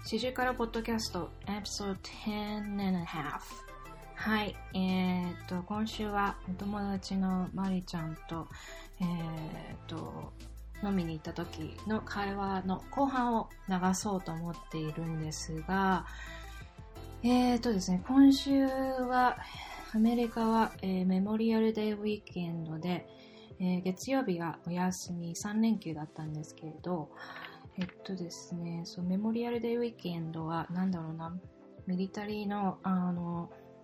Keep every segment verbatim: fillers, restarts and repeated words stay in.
四十からポッドキャストエピソードじゅう and a half。 はい、えー、っと今週はお友達のマリちゃんとえー、っと飲みに行った時の会話の後半を流そうと思っているんですが、えー、っとですね今週はアメリカは、えー、メモリアルデイウィークエンドで、えー、月曜日がお休みさん連休だったんですけれど、えっとですね、そうメモリアルデイウィークエンドはなんだろうな、ミリタリーのあの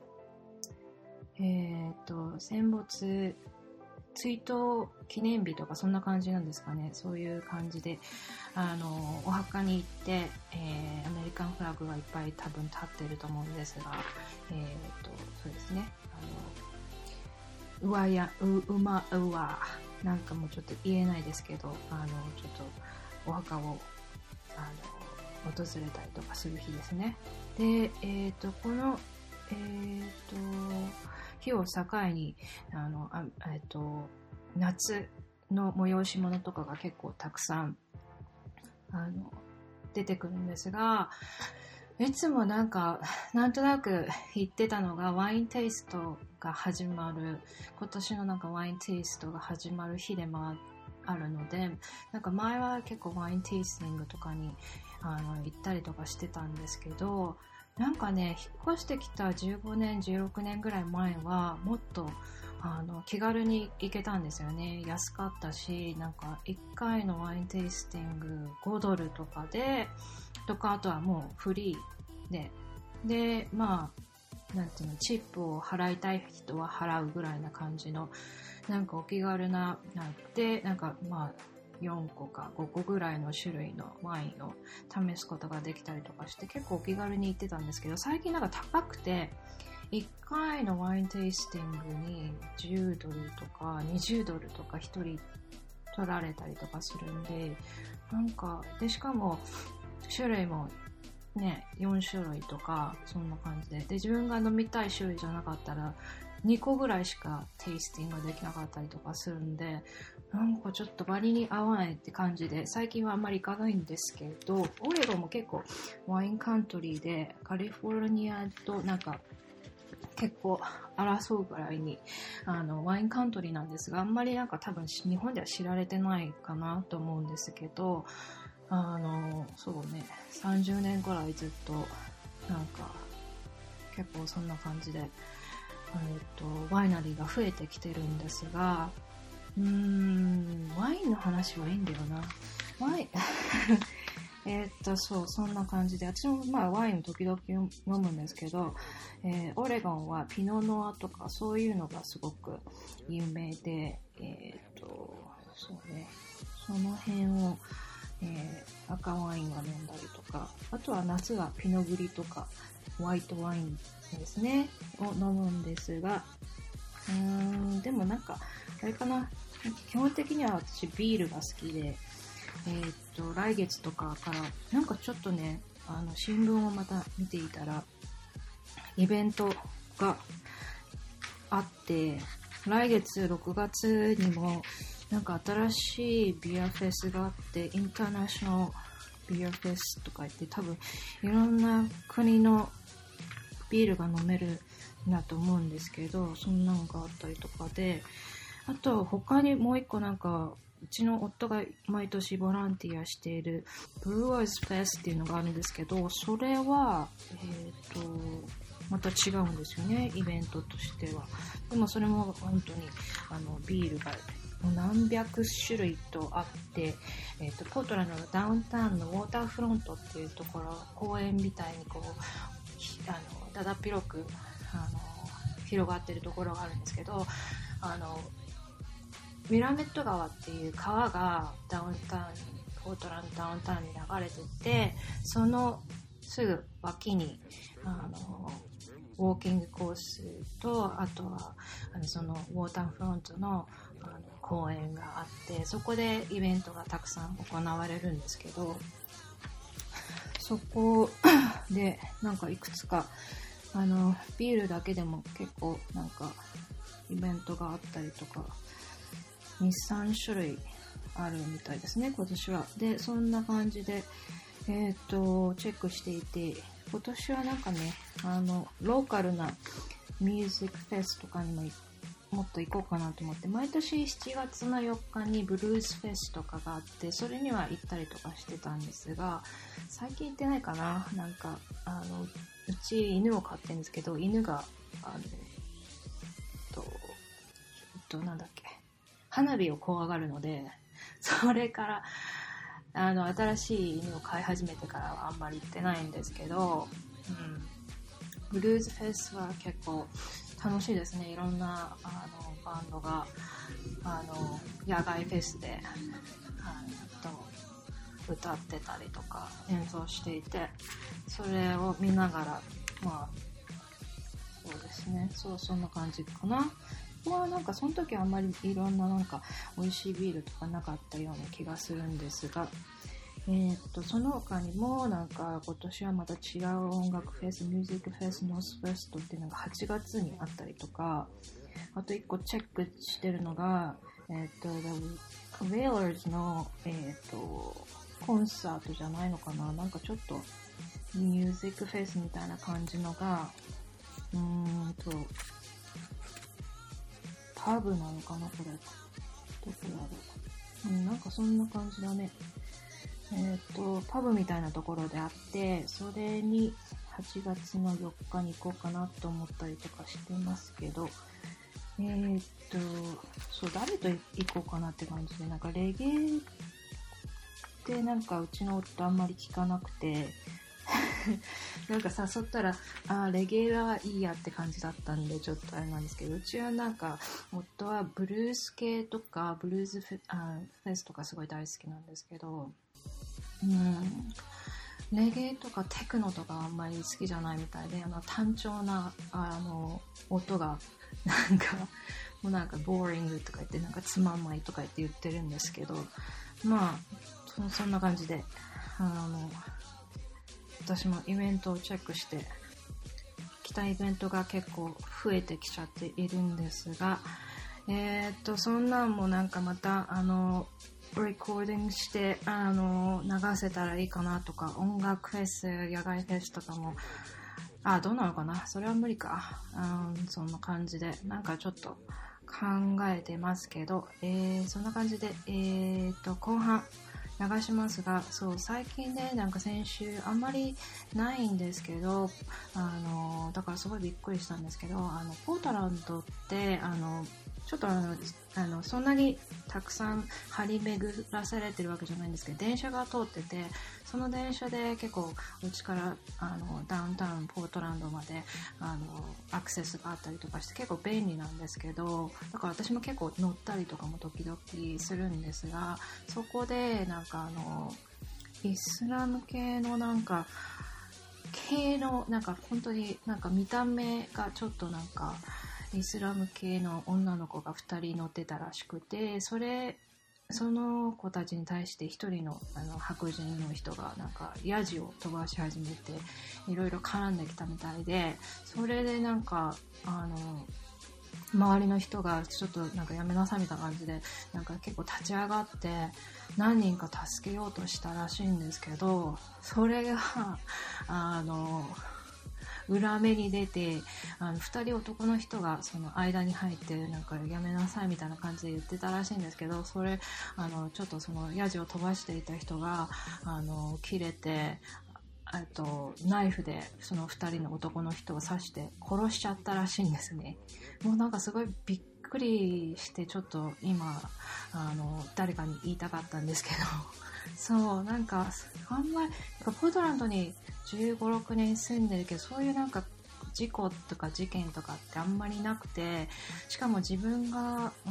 えっと戦没追悼記念日とかそんな感じなんですかね。そういう感じであのお墓に行って、えー、アメリカンフラグがいっぱい多分立ってると思うんですが、えっとそうですね、あのうわやううまうわなんかもうちょっと言えないですけど、あのちょっとお墓をあの訪れたりとかする日ですね。で、えっとこのえっと日を境にあのあえっと夏の催し物とかが結構たくさんあの出てくるんですが、いつもなんかなんとなく言ってたのがワインテイストが始まる今年のなんかワインテイストが始まる日でもあるので、なんか前は結構ワインテイスティングとかにあの行ったりとかしてたんですけど、なんかね引っ越してきたじゅうごねんじゅうろくねんぐらい前はもっとあの気軽に行けたんですよね。安かったし、なんかいっかいのワインテイスティングごドルとかでとか、あとはもうフリーででまあなんていうの、チップを払いたい人は払うぐらいな感じのなんかお気軽ななんで、なんかまあよんこかごこぐらいの種類のワインを試すことができたりとかして結構お気軽に行ってたんですけど、最近なんか高くていっかいのワインテイスティングにじゅうドルとかにじゅうドルとかひとり取られたりとかするんで、なんかでしかも種類もねよん種類とかそんな感じで、で自分が飲みたい種類じゃなかったらにこぐらいしかテイスティングができなかったりとかするんで、なんかちょっと割に合わないって感じで最近はあんまり行かないんですけど、オレゴンも結構ワインカントリーでカリフォルニアとなんか結構争うぐらいにあのワインカントリーなんですが、あんまりなんか多分日本では知られてないかなと思うんですけど、あのそうねさんじゅうねんぐらいずっとなんか結構そんな感じで、えっとワイナリーが増えてきてるんですが、うーんワインの話はいいんだよな。ワインえっとそうそんな感じで、私もまあワイン時々飲むんですけど、えー、オレゴンはピノノアとかそういうのがすごく有名で、えっとそうねその辺を、えー、赤ワインが飲んだりとか、あとは夏はピノグリとかホワイトワインですねを飲むんですが、うーんでもなんかあれかな、基本的には私ビールが好きで、えー、っと来月とかからなんかちょっとねあの新聞をまた見ていたらイベントがあって、来月ろくがつにもなんか新しいビアフェスがあって、インターナショナルビアフェスとか言って、多分いろんな国のビールが飲めるんだと思うんですけど、そんなのがあったりとかで、あと他にもう一個なんかうちの夫が毎年ボランティアしているブルワーズフェスっていうのがあるんですけど、それはえっとまた違うんですよね、イベントとしては。でもそれも本当にあのビールが何百種類とあって、えーと、ポートランドのダウンタウンのウォーターフロントっていうところ、公園みたいにこうあのだだっ広くあの広がってるところがあるんですけど、あのミラメット川っていう川がダウンタウンにポートランドダウンタウンに流れてて、そのすぐ脇にあのウォーキングコースと、あとはあのそのウォーターフロントの、あの公園があって、そこでイベントがたくさん行われるんですけど、そこでなんかいくつかあのビールだけでも結構なんかイベントがあったりとか にさん種類あるみたいですね今年は。でそんな感じでえっと、チェックしていて、今年はなんかね、あの、ローカルなミュージックフェスとかにももっと行こうかなと思って、毎年しちがつのよっかにブルースフェスとかがあって、それには行ったりとかしてたんですが、最近行ってないかな。なんか、あの、うち犬を飼ってるんですけど、犬が、あの、と、えっと、なんだっけ、花火を怖がるので、それから、あの、新しい犬を飼い始めてからはあんまり行ってないんですけど、うん、ブルーズフェスは結構楽しいですね。いろんなあのバンドがあの野外フェスであと歌ってたりとか演奏していて、それを見ながら、まあそうですね、そうそんな感じかな。まあなんかその時はあんまりいろんななんか美味しいビールとかなかったような気がするんですが、えー、っとその他にもなんか今年はまた違う音楽フェス、ミュージックフェス、ノースフェストっていうのがはちがつにあったりとか、あと一個チェックしてるのが、えー、っと The Wailers の、えー、っとコンサートじゃないのかな、なんかちょっとミュージックフェスみたいな感じのが、うーんとパブなのかな、これどこだろう、うん、なんかそんな感じだね。えっと、パブみたいなところであって、それにはちがつのよっかに行こうかなと思ったりとかしてますけど、えー、っと、そう、誰と行こうかなって感じで、なんかレゲエってなんかうちの夫あんまり聞かなくて、なんか誘ったら、あ、レゲエはいいやって感じだったんで、ちょっとあれなんですけど、うちはなんか、夫はブルース系とか、ブルーズフェ、あ、フェスとかすごい大好きなんですけど、うん、レゲエとかテクノとかあんまり好きじゃないみたいで、あの単調なあの音がなんかもうなんかボーリングとか言って、なんかつまんないとか言って言ってるんですけど、まあ そ, そんな感じで、あの私もイベントをチェックして来たイベントが結構増えてきちゃっているんですが、えー、っとそんなんもなんかまたあのレコーディングしてあの流せたらいいかなとか、音楽フェス、野外フェスとかも、あ、どうなのかな、それは無理か、うん、そんな感じでなんかちょっと考えてますけど、えー、そんな感じで、えー、と後半流しますが、そう最近ね、なんか先週あんまりないんですけど、あのだからすごいびっくりしたんですけど、あのポートランドってあのちょっとあのあのそんなにたくさん張り巡らされてるわけじゃないんですけど、電車が通ってて、その電車で結構うちからあのダウンタウンポートランドまであのアクセスがあったりとかして結構便利なんですけど、だから私も結構乗ったりとかも時々するんですが、そこでなんかあのイスラム系のなんか系のなんか本当になんか見た目がちょっとなんかイスラム系の女の子がふたり乗ってたらしくて、それその子たちに対して一人の、あの白人の人がなんかヤジを飛ばし始めていろいろ絡んできたみたいで、それでなんかあの周りの人がちょっとなんかやめなさいみたいな感じでなんか結構立ち上がって何人か助けようとしたらしいんですけど、それがあの裏目に出て、あのふたり男の人がその間に入ってなんかやめなさいみたいな感じで言ってたらしいんですけど、それあのちょっとそのヤジを飛ばしていた人があの切れて、あとナイフでそのふたりの男の人を刺して殺しちゃったらしいんですね。もうなんかすごいびっくりしてちょっと今あの誰かに言いたかったんですけどそうなんかあんまりポートランドにじゅうご、ろくねん住んでるけど、そういうなんか事故とか事件とかってあんまりなくて、しかも自分が、うん、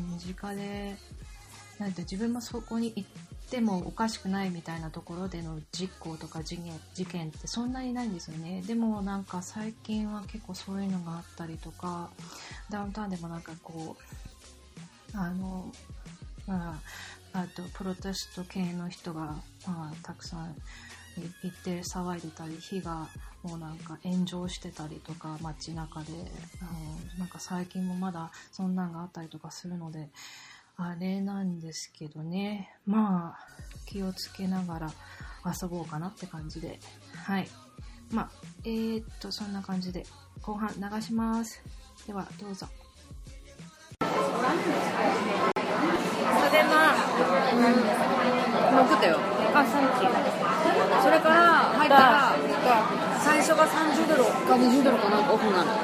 身近でなんて自分もそこに行ってもおかしくないみたいなところでの事故とか事件、事件ってそんなにないんですよね。でもなんか最近は結構そういうのがあったりとか、ダウンタウンでもなんかこうあのまああとプロテスト系の人が、まあ、たくさん行って騒いでたり、火がもうなんか炎上してたりとか街中で、うん、なんか最近もまだそんなんがあったりとかするのであれなんですけどね、まあ気をつけながら遊ぼうかなって感じで、はい。まあ、えー、っと、そんな感じで、後半流します。では、どうぞ。それまうん、もう食ったよ。 あ、サンキュー。 それから入ったら、最初がさんじゅうドルかにじゅうドルかなんかオフなの。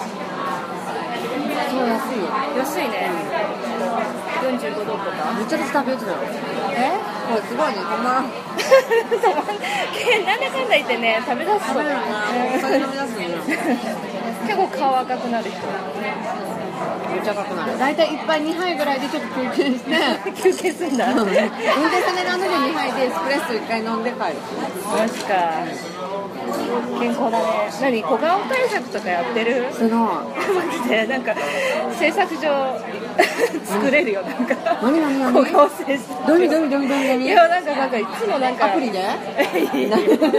そう安いよ。 安いね。よんじゅうごドルとか。 めっちゃ食べようとだよ。 え？ これすごいね。ほんま。 なんだかんだ言ってね、食べ出すと。 食べるな。お酒飲み出すね。 結構顔赤くなる人。 めっちゃ赤くなる。だいたいいっぱいにはいぐらいでちょっと休憩して。 休憩するんだ。 運転されるあのでにはいでエスプレッソいっかい飲んで帰る。 マジか。健康だね。何、小顔対策とかやってる？ すごい。 マジでなんか制作上作れるよ、なんか。何何何？小顔制作。 どみどみどみどみどみ。 いや、なんかなんかいつもなんかアプリで？何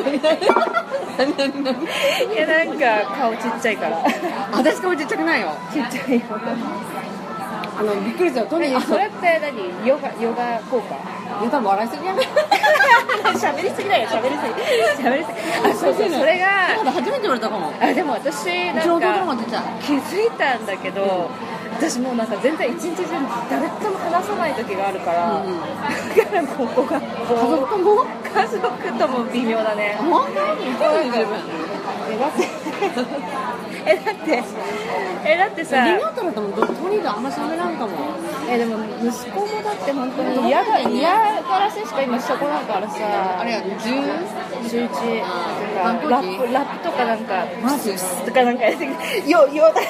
何何？ いや、なんか顔ちっちゃいから。 私顔ちっちゃくないよ。 ちっちゃいよ。 あのびっくりしたよ。トニー。 それって何？ヨガヨガ効果？ いや、多分笑いすぎやね。 喋りすぎだよ、喋りすぎ。喋りすぎ。あ、そうそう、それが。 まだ初めて言われたかも。 あ、でも私なんか気づいたんだけど、うん、私もうなんか全然一日中誰とも話さない時があるから、うん、だからここがこう家族とも家族とも微妙だね。 本当に？十分。 え、だってえだってえだってさ、 リニョートだともトニーとあんま喋らんかも。 えでも息子もだって本当に嫌が嫌がらせしか今してこないからさ。 あれやじゅうじゅういちなんかラップラップとかなんかマジとかなんかやってよよなんか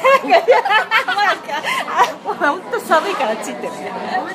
あ本当寒いからちってるね。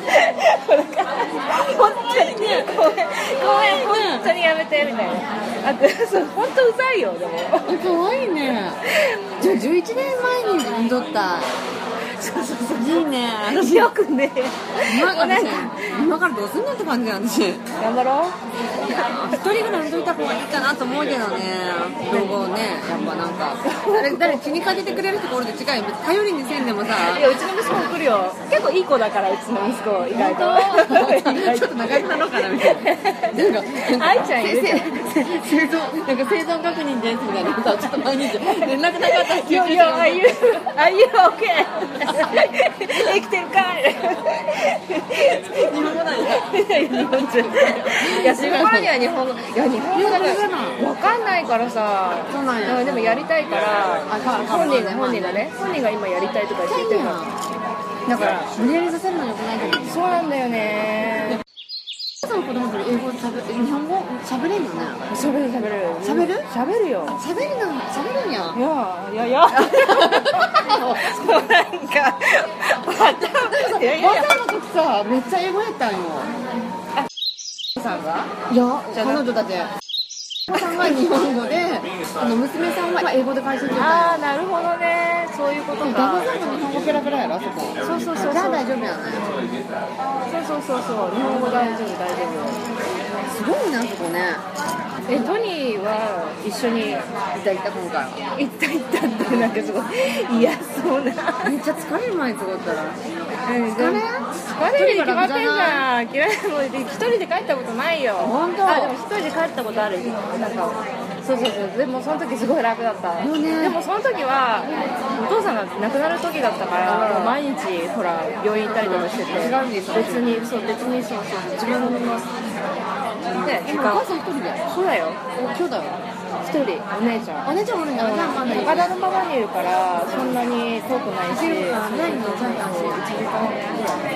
本当にごめんごめん本当にやめてみたいな。あそう本当うざいよでも。 可愛いね。じゃあじゅういちねんまえに産んどった。 そうそうそういいね。 よくね。 今から今からどうすんのって感じなんですよ。 頑張ろう。 一人ぐらい産んどいた方がいいかなと思うけどね。老後ねやっぱなんか誰誰気にかけてくれるところで違うよ。頼りにせんでもさ。 いやうちの息子も来るよ。結構いい子だからうちの息子意外と。 ちょっと仲良くなろうかなみたいな。なんか愛ちゃんいる。 生存なんか生存確認ですみたいなさちょっと毎日連絡なかったらいやいやああいうああいうオッケー。生きてるかい。 日本語なんや。 日本人。いや、その頃には日本語。いや、日本語だからわかんないからさ。 そうなんや。 でもやりたいから、本人が本人がね、本人が今やりたいとか言ってるから。だから無理やりさせるのよくないけど。 そうなんだよね。 その子供たち英語しゃべ日本語喋れるのね。 喋る喋る。 喋る？ 喋るよ。 喋るの喋るんや。 いやいやいや。なんか。 いやいや。の時さめっちゃ英語やったんよ。 あ、さんが？ いや彼女たち。お父さんは日本語で、あの娘さんは英語で会社にいたんよ。 ああなるほどね。そういうことか。 旦那さんが日本語ペラペラやろあそこ。 そうそうそう。 じゃあ大丈夫やね。 そうそうそうそう。日本語大丈夫大丈夫。 すごいねあそこね。 えトニーは一緒に行った行った今回は。 行った行ったってなんかすごい嫌そうな。 めっちゃ疲れる毎日ごったら。 疲れ？疲れるに決まってんじゃん。嫌いもう一人で帰ったことないよ。 本当？ あでも一人で帰ったことある。なんかそうそうそう。でもその時すごい楽だった。 もうね。 でもその時はお父さんが亡くなる時だったから、もう毎日ほら病院行ったりとかしてて。別にそう別にそうそう自分のね時間。 お母さん一人で。 そうだよ。 兄弟は？ 一人お姉ちゃん。 お姉ちゃんおるんだ。じゃあまだいい。 高田のままにいるからそんなに遠くないし。 ないのじゃあいちじかんぐらい。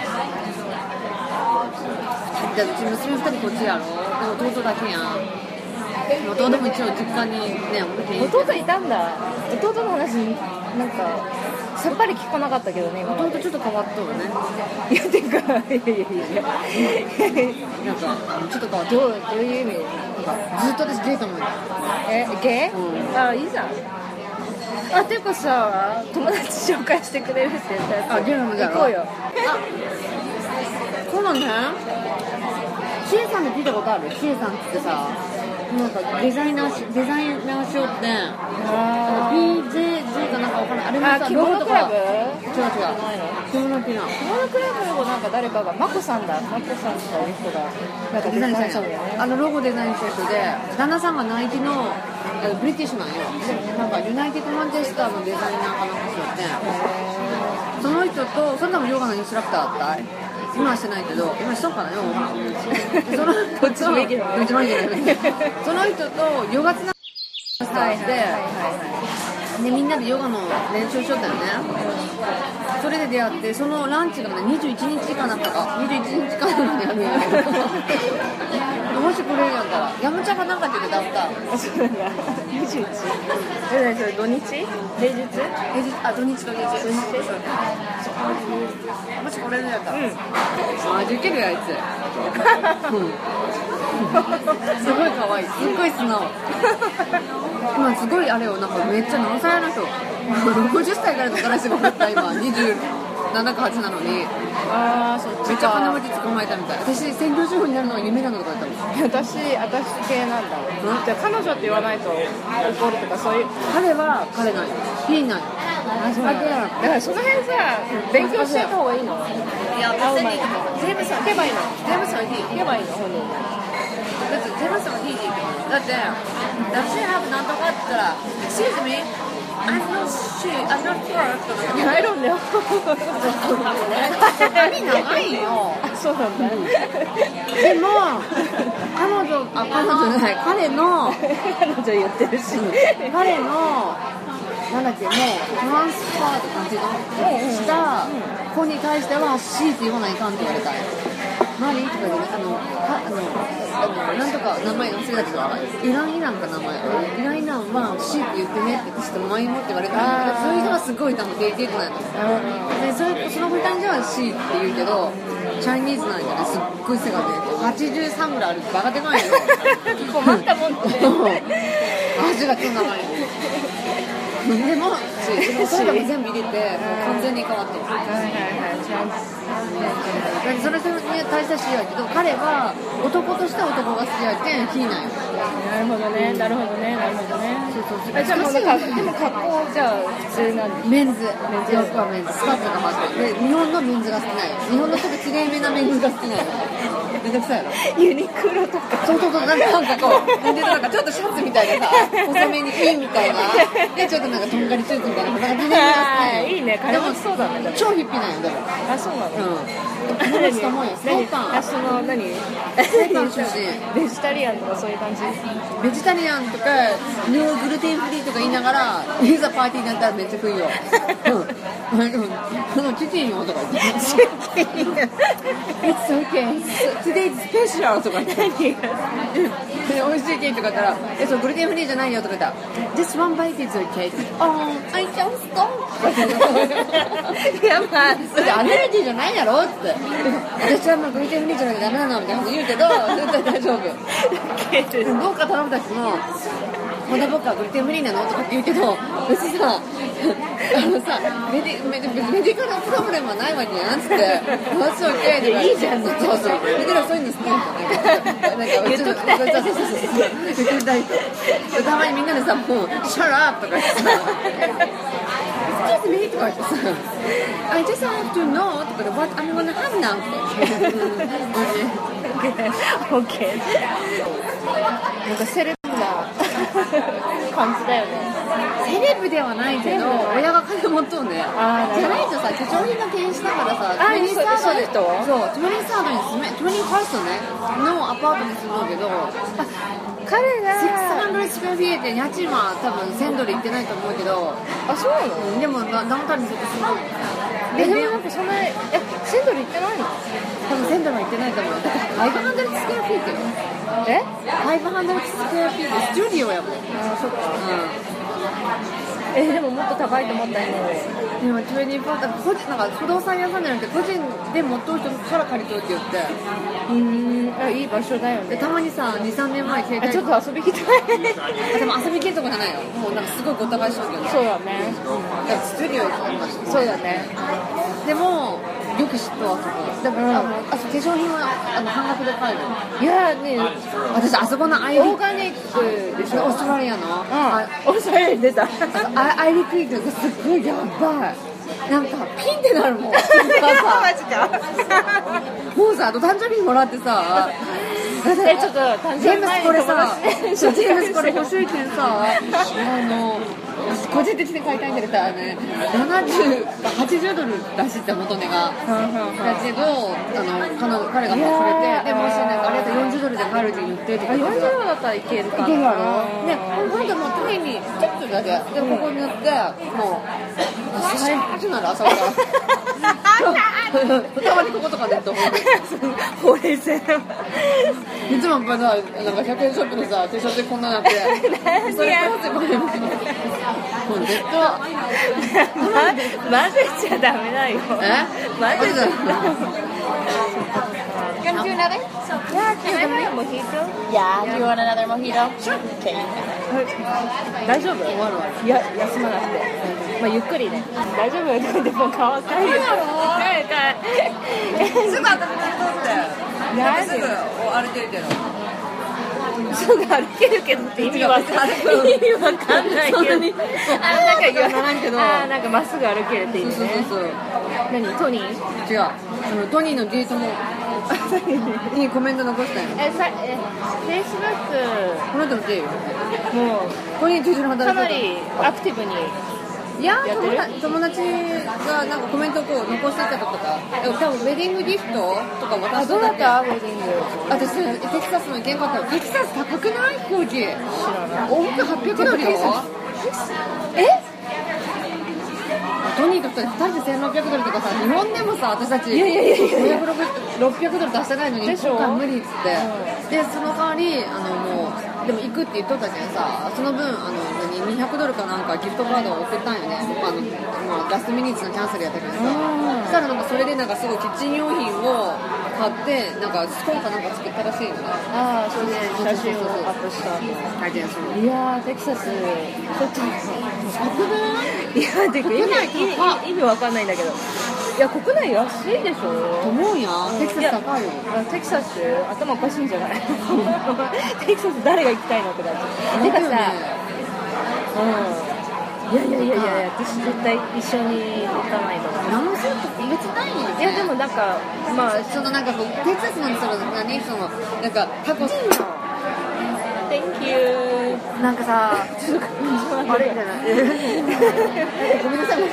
じゃあうち娘二人こっちやろ。で弟だけやん。弟も一応実家にね弟いたんだ。弟の話なんかさっぱり聞かなかったけどね今まで。 弟ちょっと変わっとるね。 いやてかいやいやいやなんかちょっと変わっどうどういう意味？ ずっと私ゲイと思う。 えゲイ？ うん、 あいいじゃん。あてかさ友達紹介してくれるって言ったやつ。 あゲイなのじゃろ。 行こうよ。 あそうなんね。シエさんで聞いたことある？シエさんってさ。なんかデザイナーデザイナー賞って ピージェージェー かなんかかわかんない。あれもさ、 あ、着物クラブ？ 違う違う。着物着な。 着物クラブをなんか誰かが、マコさんだ。マコさんとかいう人が、なんかデザインしたんや。 そうだよね。 あのロゴデザインした人で、旦那さんがナイキのあのブリティッシュなんよ。なんかユナイテッドマンチェスターのデザイナーかなんかしよって。その人と、その人もヨガのインストラクターだったい。今はしてないけど、今しとんかなよ。そのどっちもいいけどね。 どっちもいいけどね。その人とヨガつながりして、でみんなでヨガの練習しよったよね。それで出会って、そのランチがねにじゅういちにちかなんかかにじゅういちにちかなんかやるんやけどもしこれやったらヤムチャがなんかって言ってたったそうなんだ。にじゅういち？え、何それ、土日？平日？ 平日、あ、土日土日土日もしこれやったら、うん、あ、受けるやあいつうんすごい可愛い、すっごい素直今すごいあれよ、なんかめっちゃ何歳の人ろくじゅっさいからの彼氏がおった今にじゅうななかはちなのに、 あー、そっちか。 めっちゃ金持ち捕まえたみたい。私専業主婦になるのが夢なのとか言ったもん。 私、私系なんだ。うん、じゃあ彼女って言わないと怒るとかそういう。 彼は彼なんよ、いいなんよ。 あ、そうなんだ。だからその辺さ、勉強してた方がいいの？ いや、別にジェームさん行けばいいの？ ジェームさんいい。 行けばいいの本人。 だってジェームさんいいって言うから。だって私ハブなんとかって言ったら Excuse me I'm not sure I'm not sure とか入るんだよ。 髪長いよ。 あ、そうなんだ。 でも彼女、あ、彼女じゃない、彼の彼女言ってるし彼のなんだっけ、もうトランスファーとかっていうのした子に対しては C って言わないかんって言われたい。何とかで、ね、あのあのあのなんとか名前忘れたけど、イランイランか名前、イランイランは C って言ってねってちょっと前もって言われたんだけど、そういう人がすごい多分デーティークなんだよ。でそれその子に対しては C って言うけど、チャイニーズなんじゃね、すっごい背がねはちじゅうさんぐらいある、バカでかいよ。 困ったもんって足がつん長いでもそういうの全部入れてもう完全に変わってる。 はいはいはい、チャンス。 それそれに対しては C やけど、彼は男として男が好きやけん T なんよ。 なるほどね、なるほどね、なるほどね。 そうそうそう。 あ、じゃあもうなんかでも格好じゃあ普通なんで。 メンズ、洋服はメンズ、スカートがハートで、日本のメンズが好きなんよ。日本のちょっときれいめなメンズが好きなんよ。めんどくさいやろ。 ユニクロとか。 そうそうそう、なんかなんかこう、でなんかちょっとシャツみたいなさ、細めにピンみたいな、でちょっとなんかとんがりスーツみたいな、なんかデザインが好きなんよ。 いいね、金持ちそうだね。 超ヒッピーなんよでも。 あ、そうなの。 うん。金持ちと思うよ。そうか。 あ、その何？ そうか出身。 ベジタリアンとかそういう感じ。 ベジタリアンとかノーグルテンフリーとか言いながら、いざパーティーになったらめっちゃ食いよ。うん。でもこのチキンよとか言って。チキン。It's okay. Today's special とか言って。美味しいケーキとか言ったら、え、そうグルテンフリーじゃないよとか言ったら、Just one bite is okay. Oh, I can't stop. やばい。 それアレルギーじゃないやろって。私はもうグルテンフリーじゃなきゃダメなのみたいなこと言うけど、絶対大丈夫。どうか頼むたちも、まだ僕はグルテンフリーなのとかって言うけど、別にさ、あのさ、メディ、メディ、メディカルプロブレムはないわけやんつって、話を聞いて、 いいじゃん。 そうそう。だからそういうの好きなんだよ。なんか、 言っときたい。 そうそうそうそう。言っときたいと。たまにみんなでさ、もう、シャラーとか言ってさ、Excuse me とか言ってさ、I just have to know とかで、What I'm gonna have now とか言って。 オッケー。なんかセレブな感じだよね。 セレブではないけど、親が金持っとうね。 あー、 じゃないとさ、化粧品の経営しながらさ、 あ、 トゥエンティーサードそういう人？ そう、トゥエンティーサードに住め、トゥエンティーファーストね、のアパートに住むけど、 彼がろくひゃくスクエアフィート家賃は多分せんドルいってないと思うけど、 あ、そうなの？ でもダウンタウンにずっと住む。 え、でもなんかそんな、え、せんドルいってないの？ 多分せんドルはいってないと思う。だからごひゃくスクエアフィートよ。 え？ ごひゃくスクエアフィート、スタジオやもん。 あ、そっか。 うん。 え、でももっと高いと思った今で。 でもにじゅうよんパーセント個人なんか不動産屋さんじゃなくて個人で持っとる人から借りとるって言って、 うーん、あ、いい場所だよね。 でたまにさ にさんねんまえ携帯あ、ちょっと遊び行きたい。 でも遊び系とかじゃないよ、もうなんかすごいごった返しとるけど、 そうだね。 だからスタジオ行きました。 そうだね。 でもよく知ったわそこだから、うん、あのあそ化粧品はあの半額で買える。 いやね私あそこのアイリオーガニックでしょ。 オーストラリアの、うん、 あオーストラリアに出たアイリクイックがすっごいやばい。なんかピンってなるもんマジかもうさ、あと誕生日にもらってさえ、ちょっと誕生日前にこれさジェームスこれ欲しいけんさあの個人的に買いたいんだけどさ、ね、ななじゅうかはちじゅうドルらしいって元値がだけどあの彼がもうそれででもしなんかあれだとよんじゅうドルで買えるって言ってってよんじゅうドルだったらいけるかないけるやろね、ほんともうタイにちょっとだけでここに乗ってもう最悪なら朝からたまにこことかでと思うほうれい線いつもやっぱさなんかひゃくえんショップのさ T シャツでこんななってそれからってこれもう絶対混ぜちゃダメだよえ混ぜちゃ Can you another? Yeah, can I have a mojito? Yeah, do you want another mojito? Sure. Okay. 大丈夫？いや、休まなくて。まあ、ゆっくりね。大丈夫？でも顔赤いよ。赤い赤い。 すぐ当たってってすぐ歩けるけどすぐ歩けるけどって意味わかんない。意味わかんないけど。あ、なんか言わないけど。あ、なんかまっすぐ歩けるって意味ね。そうそうそう。何？トニー？ 違う。あのトニーのデートもいいコメント残したよ。 え、さ、え、フェイスブック。 この人のデーよ。 もうトニーと一緒に働いてた。 かなりアクティブに。 いや友達がなんかコメントをこう残していたとか多分ウェディングギフトとか渡してた。 どうだったウェディング。 私テキサスの原価テキサス高くない飛行機。知らない。往復はっぴゃくドルよ。えトニーとふたりでせんろっぴゃくドルとかさ日本でもさ私たちいやいやいやいやろっぴゃくドル出してないのに今回無理っつって、うん、でその代わりあのもうでも行くって言っとったけんさその分あのにひゃくドルかなんかギフトカードを送ったんよねあの、まあ、ラストミニッツのキャンセルやったけどさそしたらなんかそれでなんかすごいキッチン用品を買ってなんかスコーンかなんか作ったらしいよね。 ああそうね写真をアップしたいやーテキサスちょっと高くない？ いやてか意味意味わかんないんだけどいや国内安いでしょと思うやん。テキサス高いよ。 テキサス頭おかしいんじゃないテキサス誰が行きたいのって感じてかさうんいやいやいやいや私絶対一緒に行かないと思う。 何もすると別にないよね。 いやでもなんかまあそのなんかこうテキサスのその何そのなんかタコスの Thank you なんかさあれみたいなごめんなさい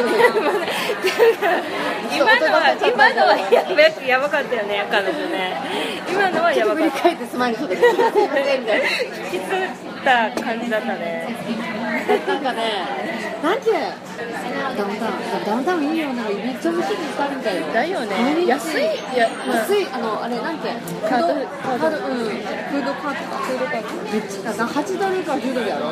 今のは今のはやばやばかったよね彼女ね今のはやばかった。 振り返ってスマイルしてた引きつった感じだったね。 なんかね、なんてダウンタウン、ダウンタウンいいよな、めっちゃ無視に使うんだよ。 だよね。安い、いや安いあのあれなんてカードカードうんフードカードかフードカードめっちゃはちドルかじゅうドルやろ。うん。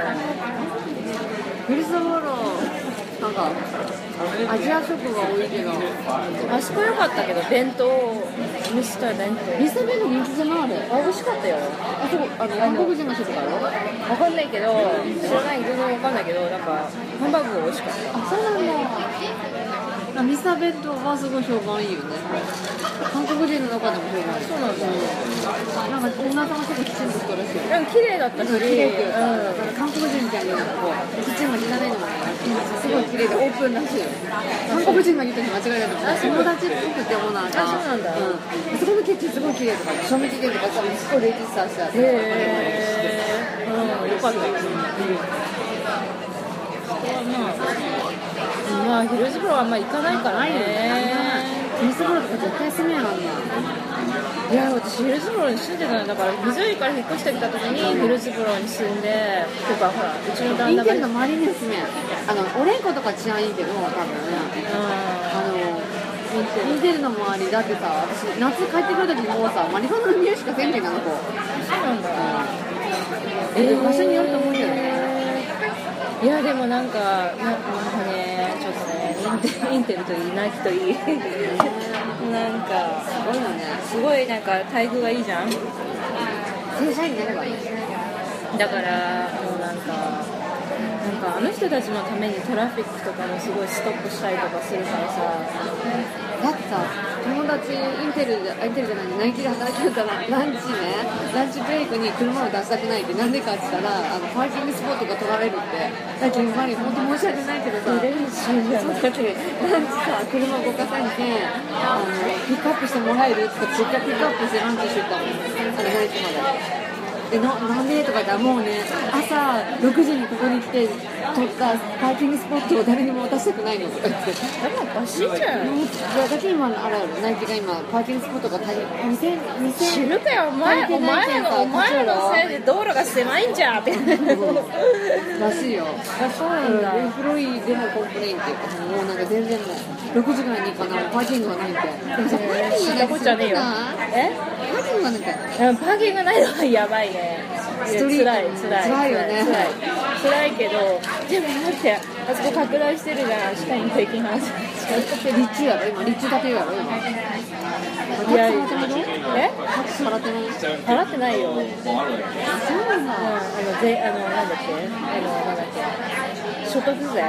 フリスボロなんかアジア食が多いけどあそこ良かったけど弁当ミスター弁当ミスター弁当人気じゃないあれ。 あ美味しかったよ。 あそこあの韓国人の人とかやろ。 わかんないけど知らない全然わかんないけどなんかハンバーグが美味しかった。 あそうなんだ。ミスター弁当はすごい評判いいよね。韓国人の中でも評判いい。 そうなんだ。 なんかオーナーさんが結構きちんとしたらしいよ。 なんか綺麗だったし綺麗っていうか、うん、韓国人みたいになんかこうキッチンも汚いのもすごい綺麗でオープンらしいよ。韓国人が言うとき間違いなくて友達っぽくてもなんかあそうなんだ、 うん、そこのキッチンすごい綺麗とか賞味期限とかさすごいレジスターしてあってへえー、うんよかったです、うんまあ、ヒルズボロはあんま行かないからね。 ヒルズボロとか絶対住めやなんだ。 いや私ヒルズボロに住んでたのだからミズーリから引っ越してきた時にヒルズボロに住んでとかほらうちの旦那がインテルの周りには住めん。あのオレンコとか治安いいけど多分ね、あのインテルの周りだってさ私夏帰ってくる時にもうさマリファナの匂いしかせんけんなの子。 そうなんだ、 うん、えー、場所によると思うけどね。 いやでもなんかなんかねちょっとねインテルといいナイキといいなんかすごいよね。 すごいなんか待遇がいいじゃん。 正社員になればいい。 だからもうなんかなんかあの人たちのためにトラフィックとかもすごいストップしたりとかするからさ。 だってさ、友達インテルじゃインテルじゃないナイキで働いてたらランチね、ランチブレイクに車を出したくないって、なんでかって言ったらあのパーキングスポットが取られるって。だけどマリー本当申し訳ないけどさ、 練習じゃん。 そうだってランチさ車を動かさんけんあのピックアップしてもらえるってせっかくピックアップしてランチしてたもん、あのナイキまで。えななんでとか言ったらもうね朝ろくじにここに来て取ったパーキングスポットを誰にも渡したくないのとか言って。 でもおかしいじゃん。 いやだけ今あれあるナイキが今パーキングスポットが足りにせんにせん知るかよお前お前らのお前らのせいで道路が狭いんじゃってらしいよ。 あそうなんだ。 エンプロイでもコンプレインっていうかもうなんか全然もうろくじぐらいに行かないパーキングがないって。でもさパーキングがこっちゃねえよ。えパーキングがないってパーキングないのはやばいね。 ストリート辛い辛い辛いよね。 辛い辛いけどでもだってあそこ拡大してるじゃん。下に平均話立地やろ今立地建てるやろ今。 いやタクシー払ってないの？ えタクシー払ってない？ 払ってないよ。うん、あのそうなんだ。 ぜあのなんだっけあのなんだっけ所得税。うん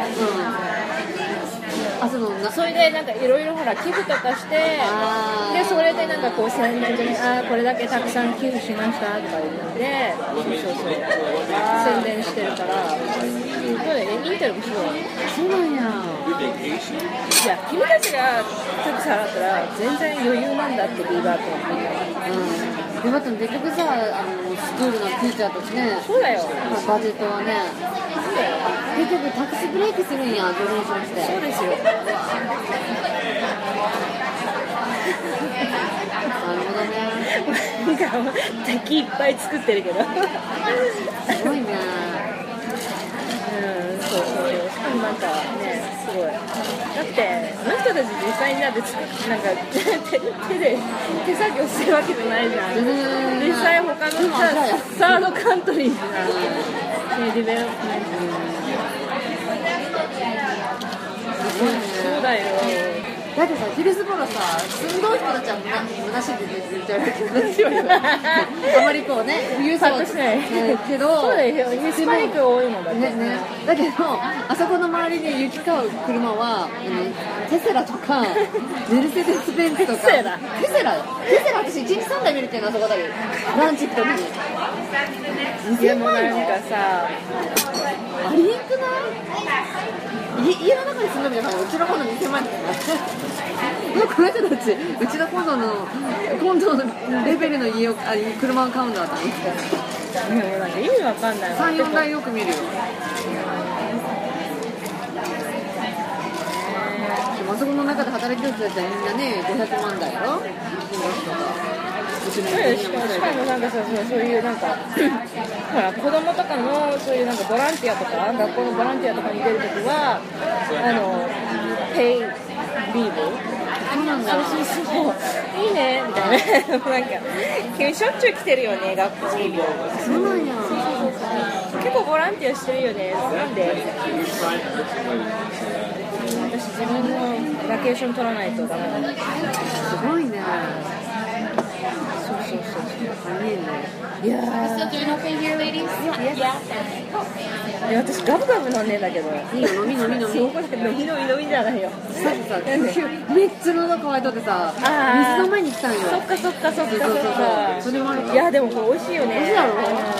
あそのなそれでなんかいろいろほら寄付とかしてでそれでなんかこう宣伝であこれだけたくさん寄付しましたとか言ってそうそう宣伝してるからそうだよねインテルもそうだよね。 そうなんや。 いや君たちがタクシー払ったら全然余裕なんだってビーバーと思ってうん。でまた結局さあのスクールのティーチャーとしてね。 そうだよ。 バジェットはね。結局タクシーブレイクするんやドネーションして。 そうですよ。 なるほどね。 なんか敵いっぱい作ってるけどすごいね。 うんそうそうそうしかもなんかねすごいだってあの人たち実際にだって作っなんか手手で手作業してるわけじゃないじゃん。実際他のさサードカントリーズなのディベロップメントそうだよ。 だってさヒルズボロさ住んどる人たちはむなしいって言っちゃうけどあまりこうね冬そうしないけどそうだよヒスパニックが多いもんだってねねだけどあそこの周りに行き交う車は、うん、テスラとかメルセデスベンツとかテスラテスラテスラ私いちにちさんだい見るっていうのはそこだけランチ行くときにいやもうなんかさありえくない家家の中に住んでるみたいなうちの今度にせんまん円もうこの人たちうちの今度の今度のレベルの家をあ車を買うんだと思っていやもうなんか意味わかんないさん、よんだいよく見るよ。でもあそこの中で働いてる人たちはみんなねごひゃくまんだいやろうちの家しかもしかもなんかさそういうなんかほら子供とかのそういうなんかボランティアとか学校のボランティアとかに出るときはあのペイリーブそうなんだ。 そうそうそういいねみたいななんか君しょっちゅう来てるよね学校にそうなんや。 結構ボランティアしてるよねなんで私自分のバケーション取らないとダメだねすごいね。 そうそうそうありえね。 いやー Still doing okay here, ladies? Yeah. Yeah. いや私ガブガブ飲んでんだけどいいよ飲み飲み飲み。 そう飲み飲み飲みじゃないよさっきさめっちゃ喉乾いとってさあー水の前に来たんよ。 そっかそっかそっかそっそうそうそうかそれもあるか。 いやでもこれ美味しいよね美味しいやろう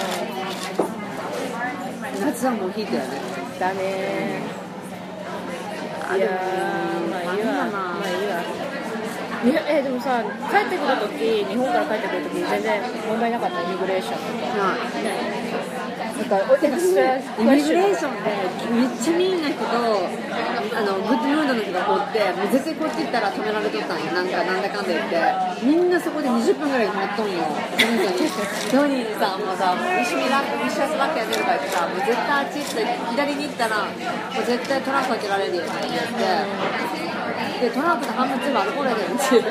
夏はもう引いてやね。 んだねあいやでもーまあいいわまあまあいいわいやえでもさ帰ってくるとき日本から帰ってくるとき全然問題なかったイミグレーションとかなんかエクストライミグレーションってめっちゃミーンな人とあのグッドムードの人がこうってもう絶対こっち行ったら止められとったんよなんかなんだかんだ言ってみんなそこでにじゅっぷんぐらい待っとんよドニーにさもうさもう一緒にラック一緒にラックやってるからってさもう絶対あっち行って左に行ったらもう絶対トランク開けられるよって言ってでトランクの半分全部アルコールやでるって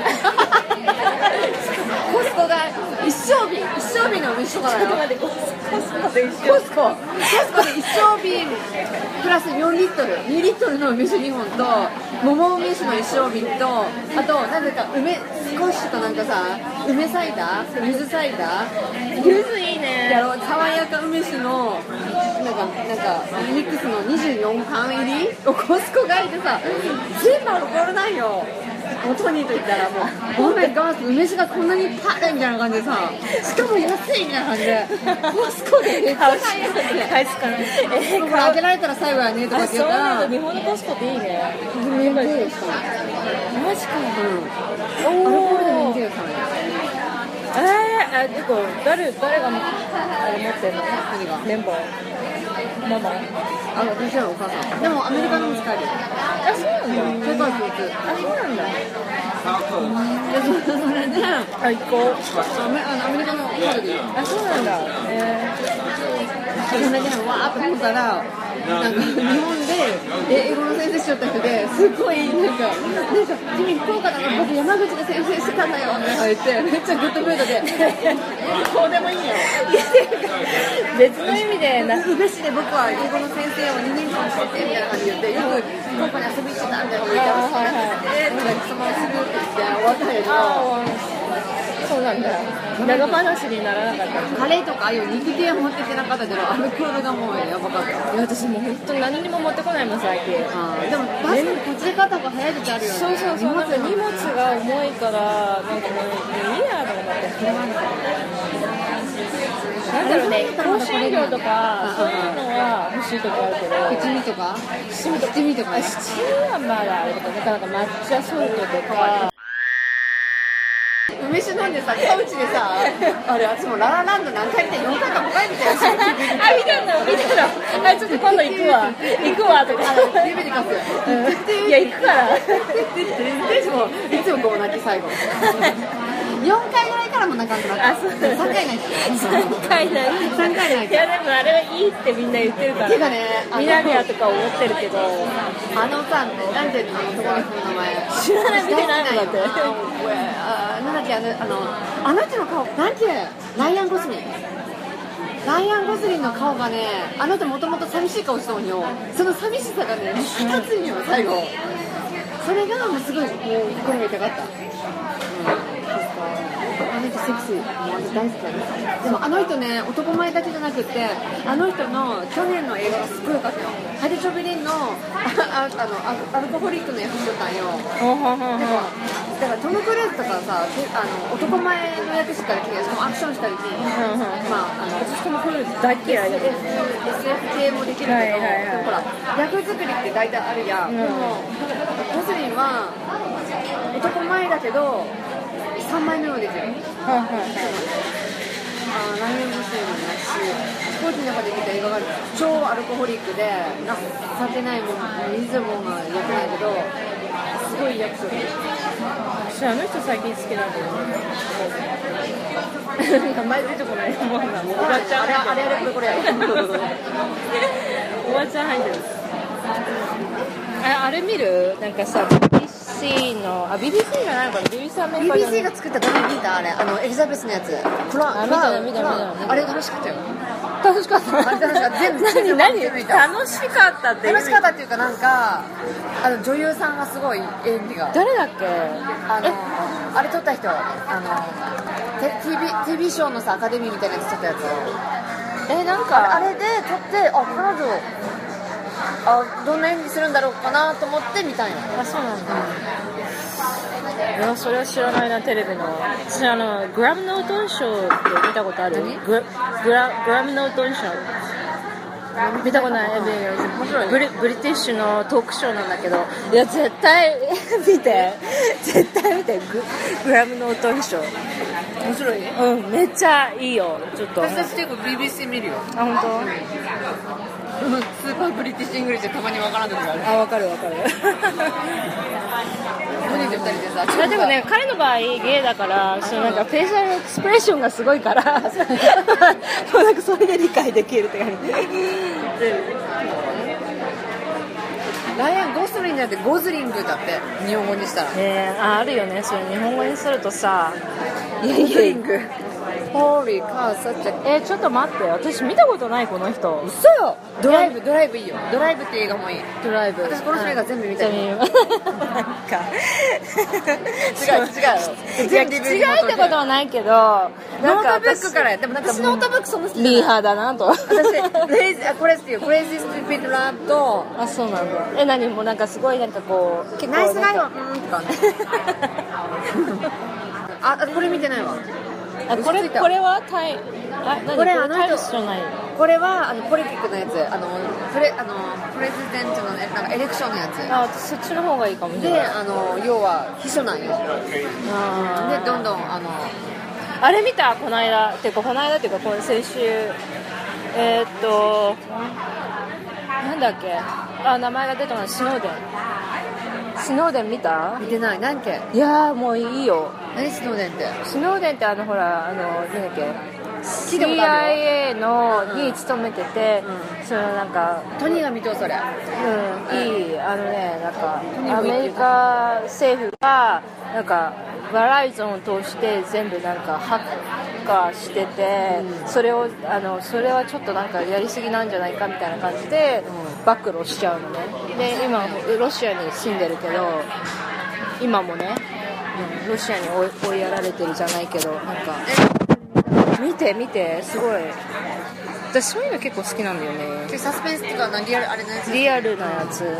コスコが一生瓶一生瓶の一緒からよコスコで一緒コスココスコで一升瓶プラスよんリットルにリットルの梅酒にほんと桃梅酒の一升瓶とあとなぜか梅スコッシュとなんかさ梅サイダー柚子サイダー柚子いいねやろ爽やか梅酒のなんかなんかミックスのにじゅうよんかん入りをコスコ買いでさ、全部アルコールなんよ。もうトニーと言ったらもうオーメンガース梅酒がこんなにパーみたいな感じでさ、しかも安いみたいな感じでコスコでめっちゃ買いやすいって買いつかない。えこれ開けられたら最後やねとかって言うからそう、日本のコスコっていいね。 免税ですかマジか。 うん、アルコールで免税ですかね。 えー、あ、でも誰誰があれ持ってんの？ 何が？ メンバー。ママ。 あ、私はお母さん。でもアメリカのも使えるよ。 あ、そうなんだ。 それから共通。 あ、そうなんだ。 で、それで、 あ、行こう。 アメあのアメリカのカードでいい。 あ、そうなんだ。えそれで、わーっと思ったら、なんか日本で英語の先生しよった人ですごいなんか、なんか君福岡だな、僕山口で先生してたんだよって言ってめっちゃグッドムードでこうでもいいよ。 ー、別の意味でな。 宇部市で僕は英語の先生をにねんかんしててみたいな感じで言ってよく福岡に遊びに行ってたみたいなこと言ってましたね。えー、なんかそのするって言って終わったんやけど。 そうなんだ。長話にならなかった。 カレーとかああいう肉系は持ってきてなかったけどアルコールがもうやばかった。 いや、私もう本当に何にも持ってこないもん最近。 あでも確かにこちら方が早い時あるよね。 そうそうそう、なんか荷物が重いからなんかもういいやと思って。なんだろうね、香辛料とかそういうのは欲しい時あるけど、 七味とか七味とか七味とかね。 七味はまだあれとか、なかなか抹茶ソルトとか。 梅酒飲んでさ、カウチでさ、あれ、私もララランド何回見て、よんかいかごかい見てるし。 あ、見たの見たの。あ、ちょっと今度行くわ。行くわとか。 あの、指で貸す。 いや、行くから。 いつも、いつもこう泣き最後。よんかいぐらいからも泣かんくなった。 あ、そうさんかい泣いた。 さんかい泣いた。 さんかい泣いた。 いや、でもあれはいいってみんな言ってるから。 てかね、 ミナリアとか思ってるけど。 あのさ、なんていうの、男の人の名前。 知らない、見てないもんだって。 あなんだっけ、あの、あの、あの人の顔、なんていうライアン・ゴスリン。ライアン・ゴスリンの顔がね、あの人もともと寂しい顔したのよ。その寂しさがね、引き立つんよ、最後。それがもうすごい、もう心が痛かった。あの人セクシー、もう私大好きなんです。でもあの人ね、男前だけじゃなくて、あの人の去年の映画がすごい良かったよ。ハリチョビリンの あ, あ, あのアルコホリックの役しとったんよ。だからトム・クルーズとかさ、あの男前の役しかできない。しかもアクションしたりし、まああの私トム・クルーズ大嫌いだけど、 エスエフ 系もできるけど、 はいはいはい、 でもほら役作りって大体あるやん。うん、でもゴスリンは男前だけどさんまいめもできる。はいはいはい。あライオン・ゴスリンもだし、飛行機の中で見た映画が超アルコホリックで情けないもん、リズムが良くないけど、すごい役所です。 私あの人最近好きなんだよね。名前出てこない。もうおばちゃん。 あれあれあれこれこれ。 おばちゃん入ってる。あ, あれ見る？なんかさ、ビービーシー の、あ、ビービーシー じゃないのかな、 ビービーシー アメリカビービーシー が作ったドラマ見たあれ、あのエリザベスのやつ。プラあ、見た見た見た。 あれ楽しかったよ。 楽しかった。 あれ楽しかった。全部何何楽しかったって。 楽しかったっていうかなんかあの女優さんがすごい演技が。 誰だっけ？ あのあれ撮った人、あの ティービー, ティービー ショーのさアカデミーみたいなやつ撮ったやつ。 えなんかあれで撮ってあ彼女。あどんな演技するんだろうかなと思って見たんよ。 あ、そうなんだ。いや、それは知らないな、テレビの。私あのグラムノートン賞って見たことある？グラグラグラムノートン賞見たことない？面白い。ブリブリティッシュのトークショーなんだけど、いや絶対見て、絶対見て。 グ, グラムノートン賞面白い。 うん、めっちゃいいよ。ちょっと私たち結構 ビービーシー 見るよ。 あ、本当？ スーパーブリティッシュイングリッシュでたまにわからん時がある。 あ、わかるわかる。 ふたりでさ、 いやでもね、彼の場合ゲイだから、そのなんかフェイシャルエクスプレッションがすごいからもうなんかそれで理解できるって感じ。 ライアン・ゴスリンじゃなくてゴズリングだって日本語にしたら。 ね、あ、あるよね、それ日本語にするとさ、 ゴズリング Holy cow, such a えー、ちょっと待って、私見たことないこの人。 嘘よ。ドライブ、ドライブいいよ。ドライブって映画もいい。 ドライブ。 私この人映画全部見たよ。 なんか違う違う。 いや違うってことはないけど、 ノなんかートブックからでもなんか私ノートブックそんな好きじゃない。 ミーハーだなと。 私クレイジーあこれっていうクレイジーストゥピッドラブとあ、そうなんだ。え、何もなんかすごいなんかこう結構ナイスガイはなんかうんとかね。ああこれ見てないわ。 あ、これこれはタイあ何これあの人タイムスじゃない。 これはあのポリティックのやつあのプレあのプレジデントのねなんかエレクションのやつ。 あ、そっちの方がいいかもしれでない。 あの要は秘書なんよ。 あでどんどんあのあれ見たこの間っていうかこの間っていうかこの先週えー、っとなんだっけあ名前が出たのはスノーデンスノーデン見た見てない何っけいやーもういいよ何スノーデンってスノーデンってあのほらあのなんだっけ聞いたことあるよシーアイエー のに勤めてて、 うん、 そのなんかトニーが見とそれうんいいあのねなんかトニーもアメリカ政府がなんかバライゾンを通して全部なんかハッカーしてて、 うん、 それをあのそれはちょっとなんかやりすぎなんじゃないかみたいな感じで、うん、暴露しちゃうのねで今ロシアに住んでるけど今もね、うん、ロシアに追い、追いやられてるじゃないけどなんか見て見てすごい私そういうの結構好きなんだよねサスペンスとかリアルあれのやつリアルなやつ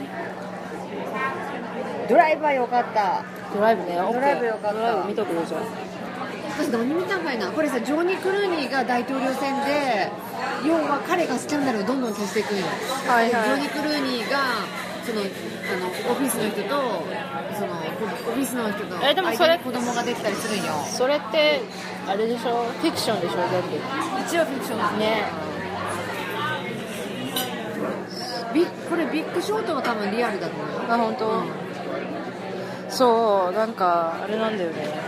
ドライバーよかったドライブね、 ドライブよかったドライブ見とくれじゃん私何見たんかいなこれさジョニー・クルーニーが大統領選で要は彼がスキャンダルをどんどん消していくんよ、 はいはい、 ジョニー・クルーニーがそのあのオフィスの人とそのオフィスの人とえでもそれ子供ができたりするんよそれってあれでしょフィクションでしょ全部一応フィクションねビこれビッグショートは多分リアルだと思うよあ本当、うん、そうなんかあれなんだよね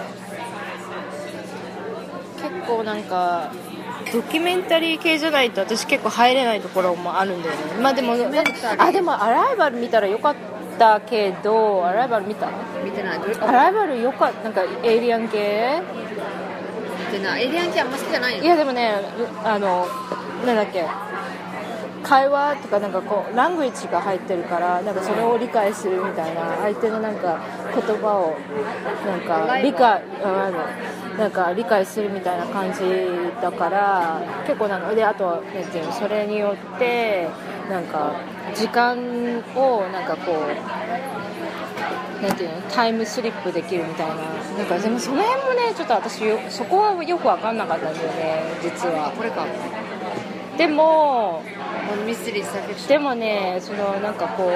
結構なんかドキュメンタリー系じゃないと私結構入れないところもあるんだよねまあでもあでもアライバル見たらよかったけどアライバル見た見てないアライバルよかったなんかエイリアン系見てないエイリアン系あんま好きじゃないよいやでもねあのなんだっけ会話とかなんかこうラングエッジが入ってるからなんかそれを理解するみたいな相手のなんか言葉をなんか理解あのなんか理解するみたいな感じだから結構なんかであとなんていうのそれによってなんか時間をなんかこうなんていうのタイムスリップできるみたいななんかでもその辺もねちょっと私よそこはよく分かんなかったんだよね実はこれかでもミステリーサフィクションでもねそのなんかこう、うん、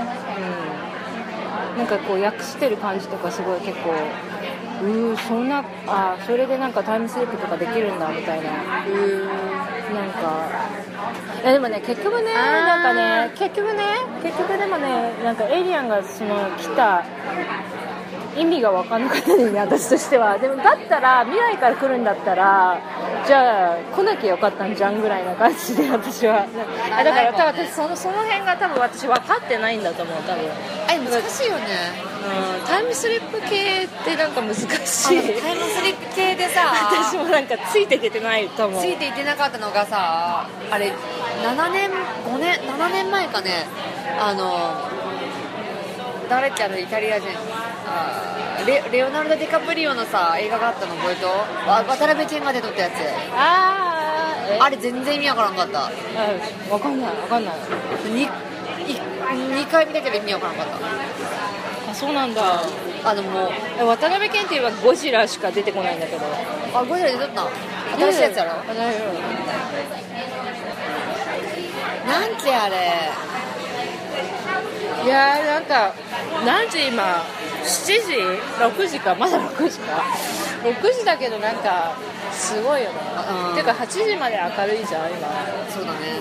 なんかこう訳してる感じとかすごい結構うーそんなあそれでなんかタイムスリップとかできるんだみたいなうーなんかいやでもね結局ねなんかね結局ね結局でもねなんかエイリアンがその来た意味が分かんなかったね私としてはでもだったら未来から来るんだったらじゃあ来なきゃよかったんじゃんぐらいな感じで私はだから多分私そのその辺が多分私分かってないんだと思う多分あれ難しいよねうんタイムスリップ系ってなんか難しいタイムスリップ系でさ私もなんかついていけてないと思うついていってなかったのがさあれななねんごねんななねんまえかねあの誰ってあのイタリア人あ レ, レオナルド・ディカプリオのさ映画があったの覚えと渡辺謙が出とったやつあーあれ全然意味わからんかったうん分かんない分かんない 2, 2回見たけど意味わからんかったあそうなんだあのもう渡辺謙って言えばゴジラしか出てこないんだけどあゴジラ出とったの新しいやつやろなんてあれいやーなんか何時今しちじろくじかまだろくじかろくじだけどなんかすごいよねてかはちじまで明るいじゃん今そうだね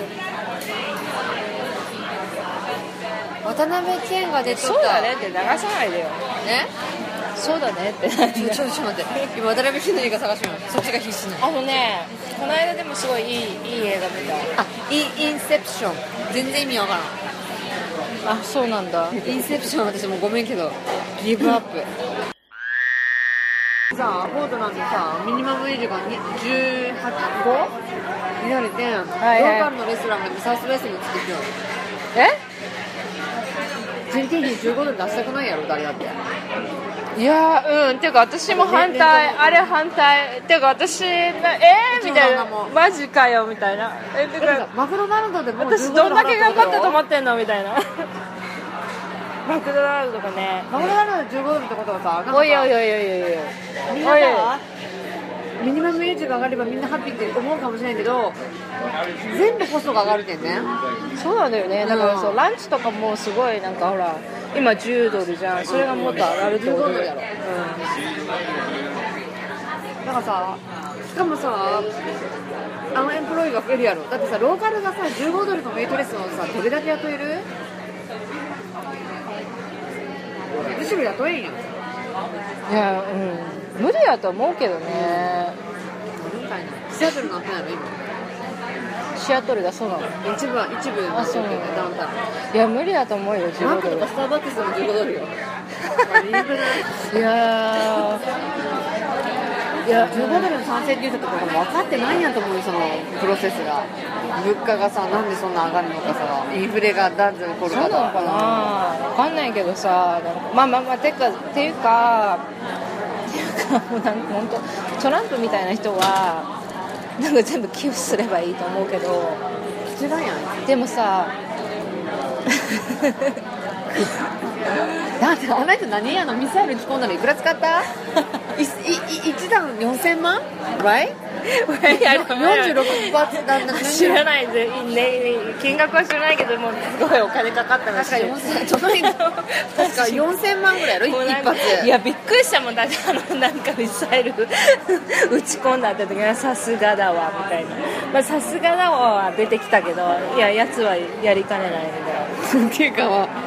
渡辺謙が出とったそうだねって流さないでよねそうだねってちょっとちょっと待って今渡辺謙の映画探してみますそっちが必死なのあのねこの間でもすごいいい、いい映画見たあインセプション全然意味わからんあそうなんだインセプション私もうごめんけどギブアップさポートランドさミニマムウェージがじゅうはちごになれて、はいはい、ローカルのレストランがサウスウェストに作ってよえ人件費じゅうごドル出したくないやろ誰だって。 いやうんっていうか私も反対あれ反対っていうか私えー、みたいなマジかよみたいなえてかマクドナルドでもう私どんだけ頑張ったと思ってんのみたいなマクドナルドとかねマクドナルドでじゅうごドルってことはさおいおいおいおいおいみんなさミニマムウェージが上がればみんなハッピーって思うかもしれないけど全部コストが上がるけんね。 そうなんだよね。だからそう、うん、ランチとかもすごいなんかほら今じゅうドルじゃん。それがもっと上がるってことだよ。うん、 だからさしかもさあのエンプロイが増えるやろ。だってさローカルがさじゅうごドルのウェイトレスをさどれだけ雇える？むしろ雇えんよ。 いやうん無理やと思うけどね。 シアトルなんてないの今。 シアトルがそうなの。 一部は一部あそうなの。 ダウンタウン。 いや無理やと思うよじゅうごドル。 マークとかスターバックスでもじゅうごドルよ。 いやいやじゅうごドルの賛成って言ったところも分かってないんやと思うよそのプロセスが。物価がさなんでそんな上がるのかさインフレがだんだん起こるかそうなのかな分かんないけどさまあまあまあてかっていうかっていうかもうなんか本当トランプみたいな人はなんか全部寄付すればいいと思うけど違うやん。 でもさだってあの人何やのミサイル撃ち込んだのいくら使ったいい一弾よんせんまん right？ よんじゅうろく発なんだ知らないで、ね、金額は知らないけどもすごいお金かかったらしい。 確かよんせんまんぐらいやろ一発。 いやびっくりしたもんだってあのなんかミサイル撃ち込んだって時はさすがだわみたいな。まあさすがだわは出てきたけどいややつはやりかねないみたいな。 っていうかは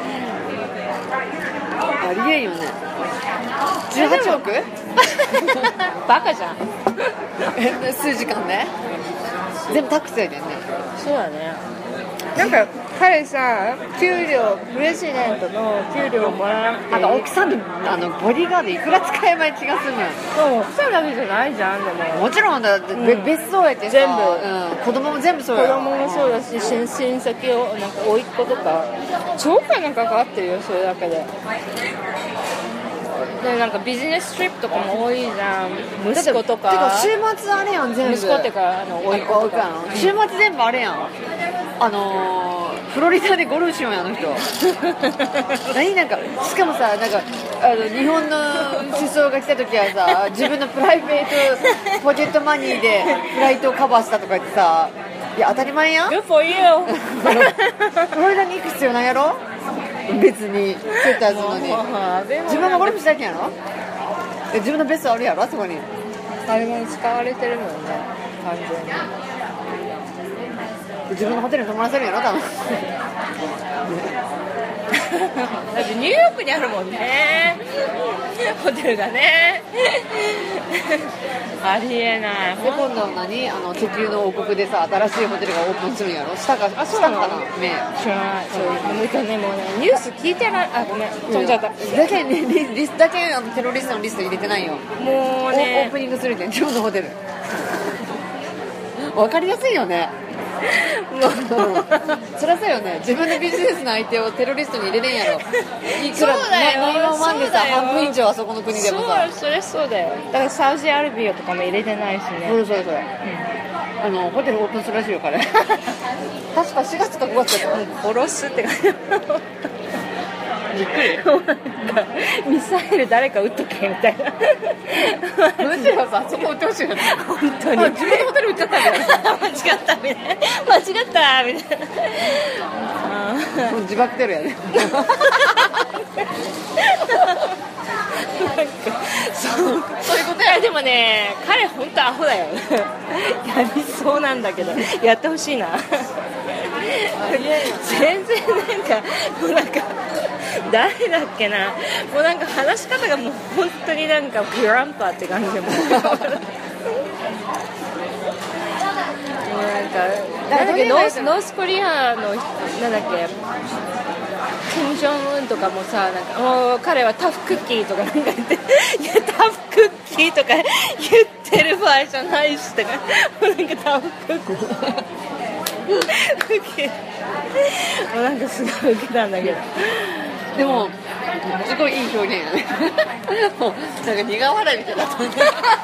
ありえんよね。じゅうはちおくバカじゃん数時間で全部タックスやでね。 そうだね。なんか彼さ給料プレジデントの給料をもらってあと奥さんのあのボディーガードいくら使えばいい気がするのよ。 そう奥さんだけじゃないじゃん。でももちろんだって、うん、別荘やってさ全部、 うん、子供も全部そうや。 子供もそうだし親戚をなんか甥っ子とか超金かかってるよそれだけで。でなんかビジネストリップとかも多いじゃん。息子とかてか週末あれやん全部。 息子ってかあの甥っ子とか週末全部あれやん。あのー、フロリダでゴルフしようやあの人何なんかしかもさなんかあの日本の首相が来た時はさ自分のプライベートポケットマニーでフライトをカバーしたとか言ってさいや当たり前やん。 Good for you フロリダに行く必要ないやろ別にセッターズのに自分がゴルフしたいんやろ。自分のベストあるやろあそこに。 あれが使われてるもんね完全に。 自分のホテルに泊まらせるやろ多分だってニューヨークにあるもんねホテルがねありえない。 で今度何あの石油の王国でさ新しいホテルがオープンするんやろ。下があそうなの下かな目知らない。そうもう一回ねもうねニュース聞いてない。あごめん飛んじゃった。 だけねリリスだけあのテロリストのリスト入れてないよ。 もうねオープニングするけん自分のホテル分かりやすいよねもうそりゃそうよね。自分のビジネスの相手をテロリストに入れれんやろ。いくらそうだよナインワンワンでさ半分以上あそこの国でもさ。 そうそれそうだよ。だからサウジアラビアとかも入れてないしね。 それそれそれ、うん、あのホテルオープンするらしいよ彼確かしがつかごがつだった殺すって感じびっくりミサイル誰か撃っとけみたいなむしろさそこ撃ってほしいよね本当に自分のホテル撃っちゃったんだよ間違ったみたいな間違ったみたいなもう自爆テロやねそうそういうことや。でもね彼本当アホだよやりそうなんだけどやってほしいな全然なんかもうなんか誰だっけなもうなんか話し方がもう本当になんかグランパって感じでもうなんかなんだっけノース、ノースコリアのなんだっけ金正恩とかもさ、なんかもう彼はタフクッキーとかなんか言っていやタフクッキーとか言ってる場合じゃないしとか、もうなんかタフクッキーウケもうなんかすごいウケたんだけど、 でもすごいいい表現やねもうなんか苦笑いみたいだったね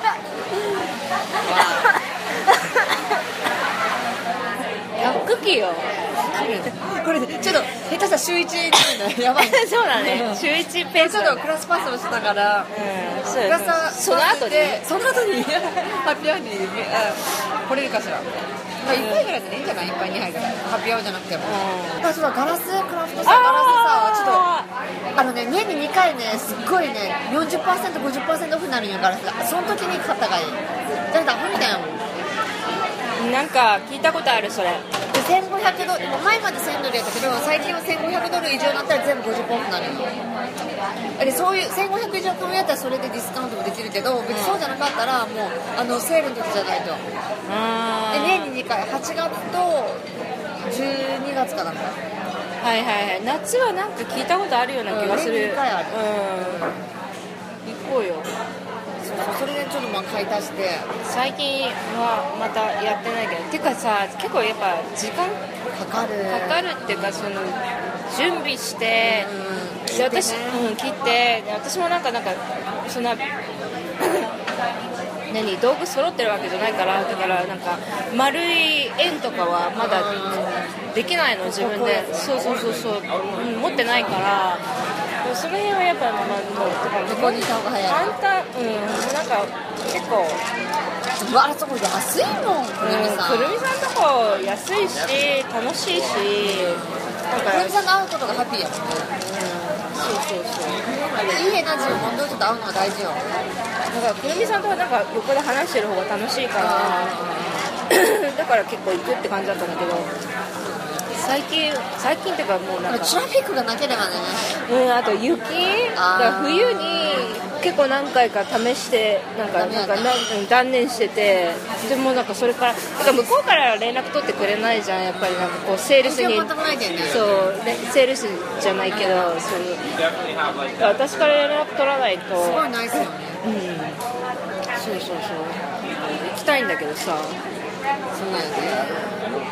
タフクッキーよこれちょっと下手したら週一になるのやばいそうだね、週一ペースちょっとクラスパスをしてたから、 うん、そうクラスその後でその後にハッピーアワーに来れるかしら、まあ、いっぱいぐらいでいいんじゃない、いっぱいにはいぐらいハッピーアワーじゃなくても、うん、あ、そうだ、ガラスクラフトさ、ガラスさ、ちょっとあのね、年ににかいね、すっごいね よんじゅっパーセント、ごじゅっパーセント オフになるんよ、ガラスが。その時に買ったがいい。だってアホみたいなもん。 なんか聞いたことあるそれ。 でせんごひゃくドル、前までせんドルやったけど、最近はせんごひゃくドル以上になったら全部ごじゅっパーセントオフになるよ。でそういうせんごひゃく以上買うやったらそれでディスカウントもできるけど、別にそうじゃなかったらもうあのセールの時じゃないと。 あで年ににかい、はちがつとじゅうにがつかなんか。 はいはいはい、夏はなんか聞いたことあるような気がする。 うん、年ににかいある。 うん、行こうよ。 そうそう、それでちょっとまあ買い足して。 最近はまたやってないけど、てかさ、結構やっぱ時間かかるかかるっていうか、その準備して、 うん、 で私、うん、切ってで私もなんかなんかそんな何道具揃ってるわけじゃないから、だからなんか丸い円とかはまだできないの自分で。そうそうそうそう、うん、持ってないから。その辺はやっぱ、まあ、もうどこにいた方が早い。 簡単、うん、なんか結構あれそこ安いもん、くるみさん。 くるみさんとこ安いし楽しいし、 なんかくるみさんと会うことがハッピーやもんね。 うん、そうそうそう。 いいエナジーを持ってる人と会うのが大事よ。 だからくるみさんとはなんか横で話してる方が楽しいからだから結構行くって感じだったんだけど、最近最近っていうかもうなんかトラフィックがなければね、 うん、あと雪が冬に結構何回か試してなんかなんか断念してて、でもなんかそれからだから向こうから連絡取ってくれないじゃん、やっぱりなんかこうセールスに、そうでセールスじゃないけど、そう私から連絡取らないとすごいナイスよね。 うん、そうそうそう、行きたいんだけどさ。 そうなんよね。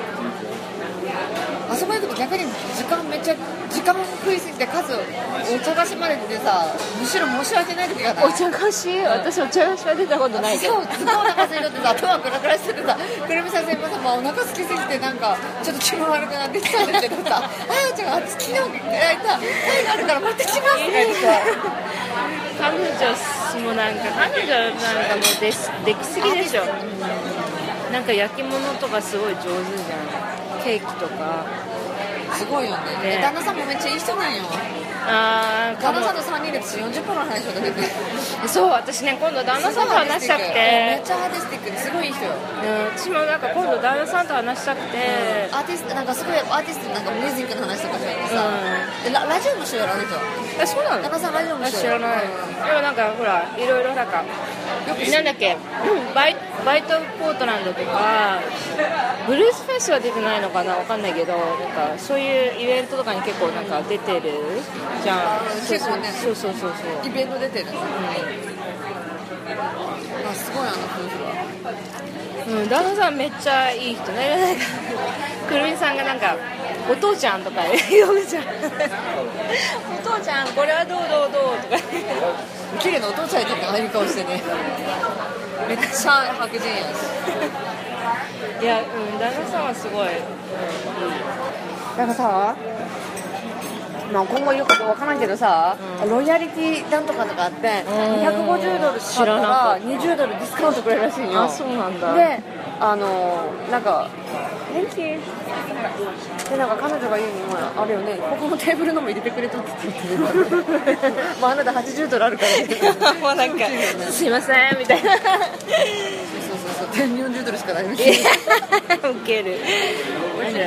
あそこ行くと逆に時間めっちゃ時間食いすぎて数お茶菓子まで出てさ、むしろ申し訳ない時がない。 お茶菓子、私お茶菓子は出たことないけど、 そうすごいお腹空いてさ、頭クラクラしててさ、くるみさん先輩さん、まあ、お腹空きすぎてなんかちょっと気も悪くなってきたんですけどさ、あやちゃんが昨日焼いたタイがあるから持ってきますねってさ、 彼女もなんか彼女なんかもうでできすぎでしょ。なんか焼き物とかすごい上手じゃん、ケーキとかすごいよね。ね、旦那さんもめっちゃいい人なんよ。 あー、 旦那さんとさんにんで私よんじゅっぷんの話をかけてそう、私ね今度旦那さんと話したくて、 めっちゃアーティスティックですごいいい人よ。 うん、私もなんか今度旦那さんと話したくて、 うん、アーティストなんかすごいアーティストなんかミュージックの話とかしてさ、うん、ラ, ラジオもしようよ、あの人。 え、そうなの？ 旦那さんラジオもしようよ。 知らない、うん、でもなんかほらいろいろなんかなんだっけ、バイ、バイトポートランドとかブルースフェスは出てないのかな、わかんないけど、なんかそういうイベントとかに結構なんか出てるじゃん。 結構ね、 そうそうそうそう、 イベント出てる、うん、あすごいあの夫婦は。 うん、旦那さんめっちゃいい人ね。なんかくるみさんがなんかお父ちゃんとか言うじゃんお父ちゃんこれはどうどうどうとか綺麗なお父ちゃんにとってああいう顔してね、めっちゃ白人やしいや、うん、旦那さんはすごい、うん、 なんかさ、まあ、今後いるか分からんけどさ、うん、ロイヤリティなんとかとかあってにひゃくごじゅうドル使ったらにじゅうドルディスカウントくれるらしいよ。 あ、そうなんだ。 で、あのなんかThank youで、なんか彼女が言うにもあれよね、ここのテーブルのも入れてくれとって言ってるまああなたはちじゅうドルあるからもうなんかすいませんみたいなそうそうそうそう、よんじゅうドルしかないみたいなウケる。何？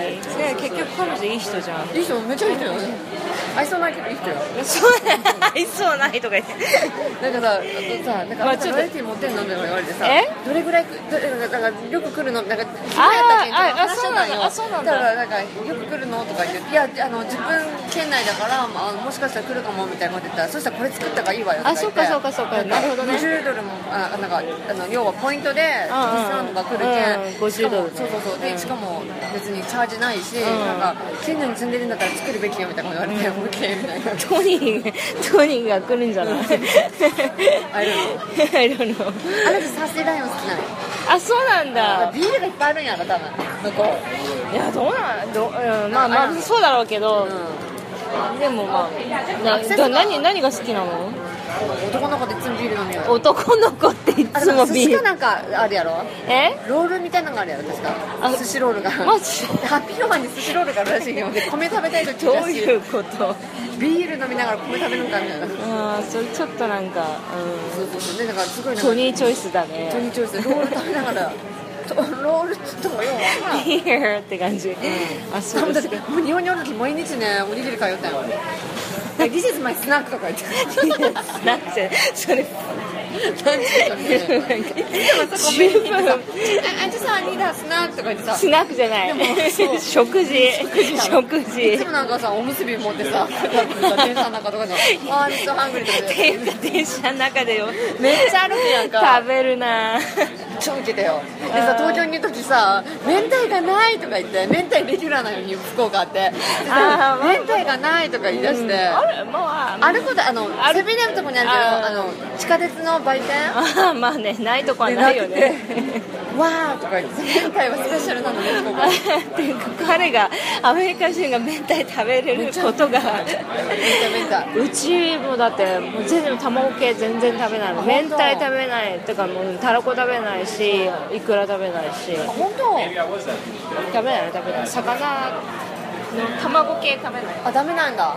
えー、結局彼女いい人じゃん。 いい人めっちゃいい人よ。愛想ないけどいい人よ。 そう愛想ないとか言ってなんかさ、あとさ、なんか、まあ、ちょっとバラエティ持ってんのって言われてさ、 えどれぐらいどなんかなんかよく来るの、なんかあー暇やったっけああそうなんだあそうなんだだからなんかよく来るのとか言って、いやあの自分県内だから、まあ、もしかしたら来るかもみたいなこと言ったら、そしたらこれ作った方がいいわよとか言って、 あそうかそうかそうかなるほどね。 にじゅうドルもあなんかあの要はポイントでディスカウントが来るけん、 うんごじゅうドルねそうそうそうで、 うんしかも別にチャージないし、 んなんか県内に住んでるんだったら作るべきよみたいなこと言われて、オッケーみたいな。 トニートニーが来るんじゃないあれ I don't know あれサスティライオン好きなんよ。 あそうなんだ。 ビールがいっぱいあるんやろ多分向こう。 いやどうなんど、うん、まあまあそうだろうけど、 うん、 でもまあなだ何何が好きなの？ 男の子でいつもビール飲むよ。 男の子っていつも寿ビール司かなんかあるやろ。 えロールみたいなのがあるやろ確か。 あ寿司ロールがマジハッピーロマンに寿司ロールがあるらしいよ。で米食べたい時どだしういうことビール飲みながら米食べるんかみたいな。 ああそれちょっとなんか、 そうそうそう。でだからすごいうん、 なんかトニーチョイスだねトニーチョイスでロール食べながらとロールって言ってもようわからん。 ビールって感じ、あそうですか。 もう日本におる時毎日ねおにぎり通ったよ。This is my snack とか言ってなんてそれ何でしょうね。いつもそこ目に行ってさ「あじさあニーダースナック」とか言ってさ、 スナックじゃない食事食事いつもなんかさおむすび持ってさ電車の中とかで「あーミストハングリー」とかっていうか電車の中でよめっちゃ歩くやんか。 食べるな超ウケたよ。でさ東京にいる時さ「明太がない」とか言って明太レギュラーなのに福岡あって「 あー明太がない」とか言い出して、 あれもうああることあのセブンイレブンとこにあるけどああの地下鉄の売店あまあねないとこはないよねわーとか言って明太はスペシャルなのね福岡っていうか彼がアメリカ人が明太食べれることが明太明太うちもだってもう全然卵系全然食べないの。明太食べないってかもうたらこ食べないしいくら食べないし本当食べない食べない魚の卵系食べないあダメなんだ。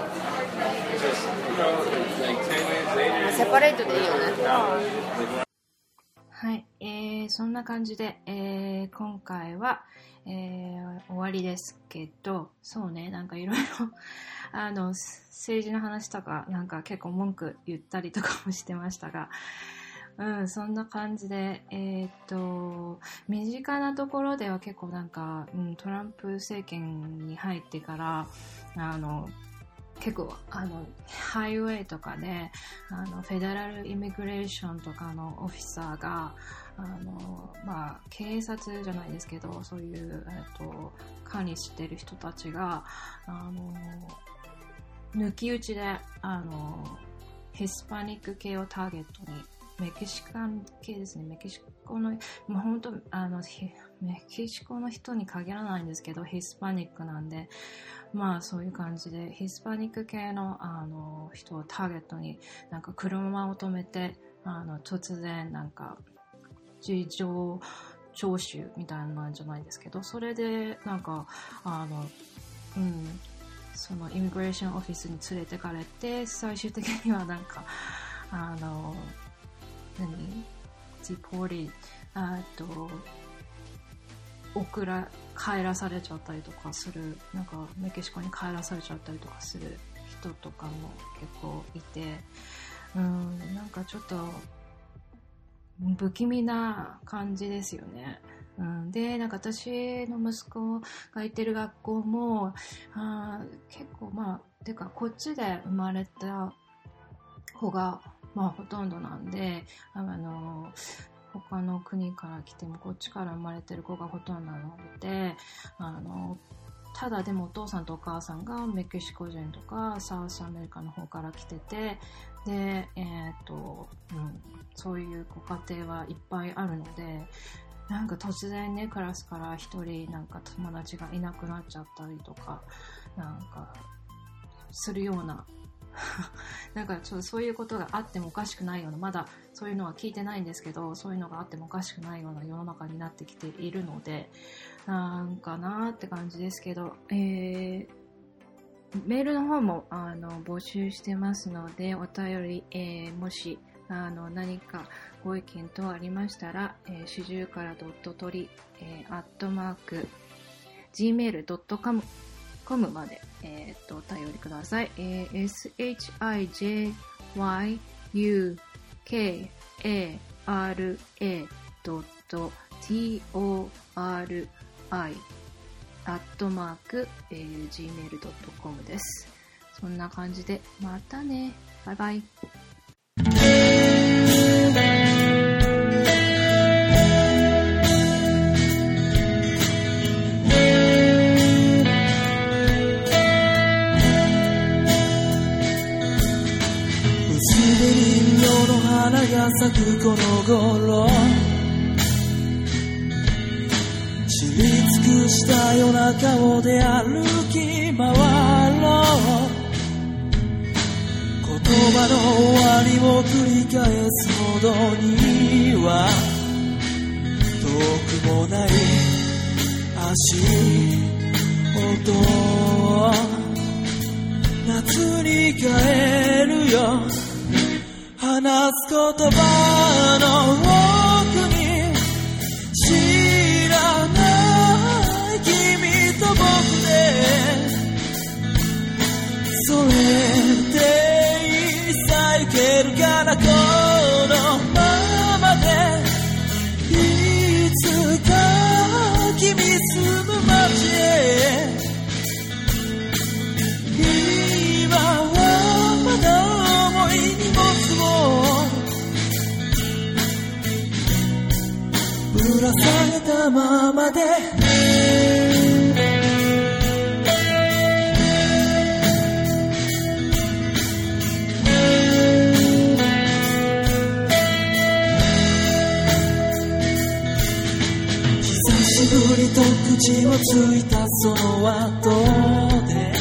セパレートでいいよね。 はい、えー、そんな感じで、えー、今回は、えー、終わりですけど、そうね、なんかいろいろあの政治の話とかなんか結構文句言ったりとかもしてましたが、うん、そんな感じで、えー、っと身近なところでは結構なんか、うん、トランプ政権に入ってからあの結構あのハイウェイとかであのフェデラルイミグレーションとかのオフィサーがあの、まあ、警察じゃないですけどそういう、えっと、管理してる人たちがあの抜き打ちであのヒスパニック系をターゲットにメキシカン系ですねメキシコの、まあ、本当あのメキシコの人に限らないんですけどヒスパニックなんでまあそういう感じでヒスパニック系のあの人をターゲットになんか車を止めてあの突然なんか事情聴取みたいなんじゃないですけどそれでなんかあのうんそのイミグレーションオフィスに連れてかれて最終的にはなんかあの何ディポーリーあと送ら帰らされちゃったりとかするなんかメキシコに帰らされちゃったりとかする人とかも結構いてうんなんかちょっと不気味な感じですよね、うん、でなんか私の息子が行ってる学校もあ結構まあてかこっちで生まれた子がまあほとんどなんであの他の国から来てもこっちから生まれてる子がほとんどなのであのただでもお父さんとお母さんがメキシコ人とかサウスアメリカの方から来ててで、えーとうん、そういうご家庭はいっぱいあるのでなんか突然ねクラスから一人なんか友達がいなくなっちゃったりとかなんかするようななんかちょっとそういうことがあってもおかしくないようなまだそういうのは聞いてないんですけどそういうのがあってもおかしくないような世の中になってきているのでなんかなーって感じですけど、えー、メールの方もあの募集してますのでお便り、えー、もしあの何かご意見等ありましたら、えー、四十からドット取り、えー、アットマークジーメールドットコム まで、えー、とお便りください。えー、エスエイチアイジェイワイユーケーエーアールエードットティーオーアールアイ アットマーク、えー、ジーメールドットコム です。そんな感じで、またね。バイバイ。 花が咲くこの頃、知り尽くした夜中を出歩き回ろう。言葉の終わりを繰り返すほどには遠くもない足音、夏に帰るよ。話す言葉の奥に知らない君と僕で、それでいさゆけるかなこのままで、いつか君住む街へ、今はまだ思いにぶら下げたままで、久しぶりと口をついたその後で、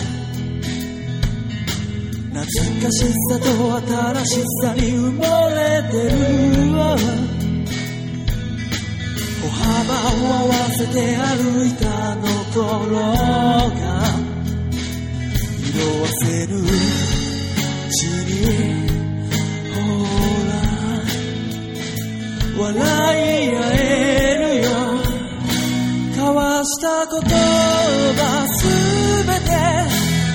懐かしさと新しさに埋もれてるわ。歩幅を合わせて歩いたあの頃が、色褪せぬうちに、ほら笑い合えるよ。交わした言葉すべて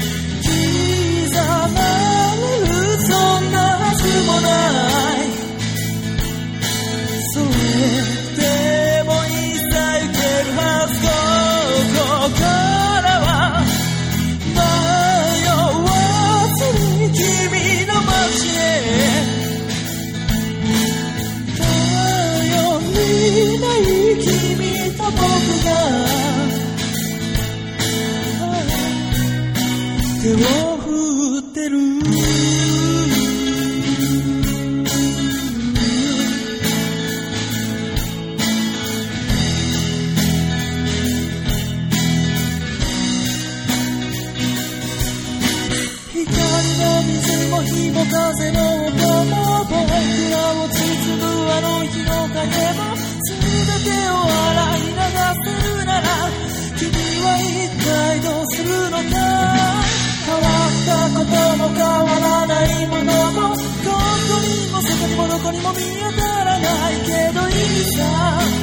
刻まれる、そんなはずもない。それでもいさゆけるはず、ここからは迷わずに君の街へ。頼りない君と僕が手を振ってる。光の水も火も風の音も、僕らを包むあの日の影も、全てを洗い流せるなら、君は一体どうするのか。変わったことも変わらないものも、ここにもそこにもどこにも見当たらないけどいいさ。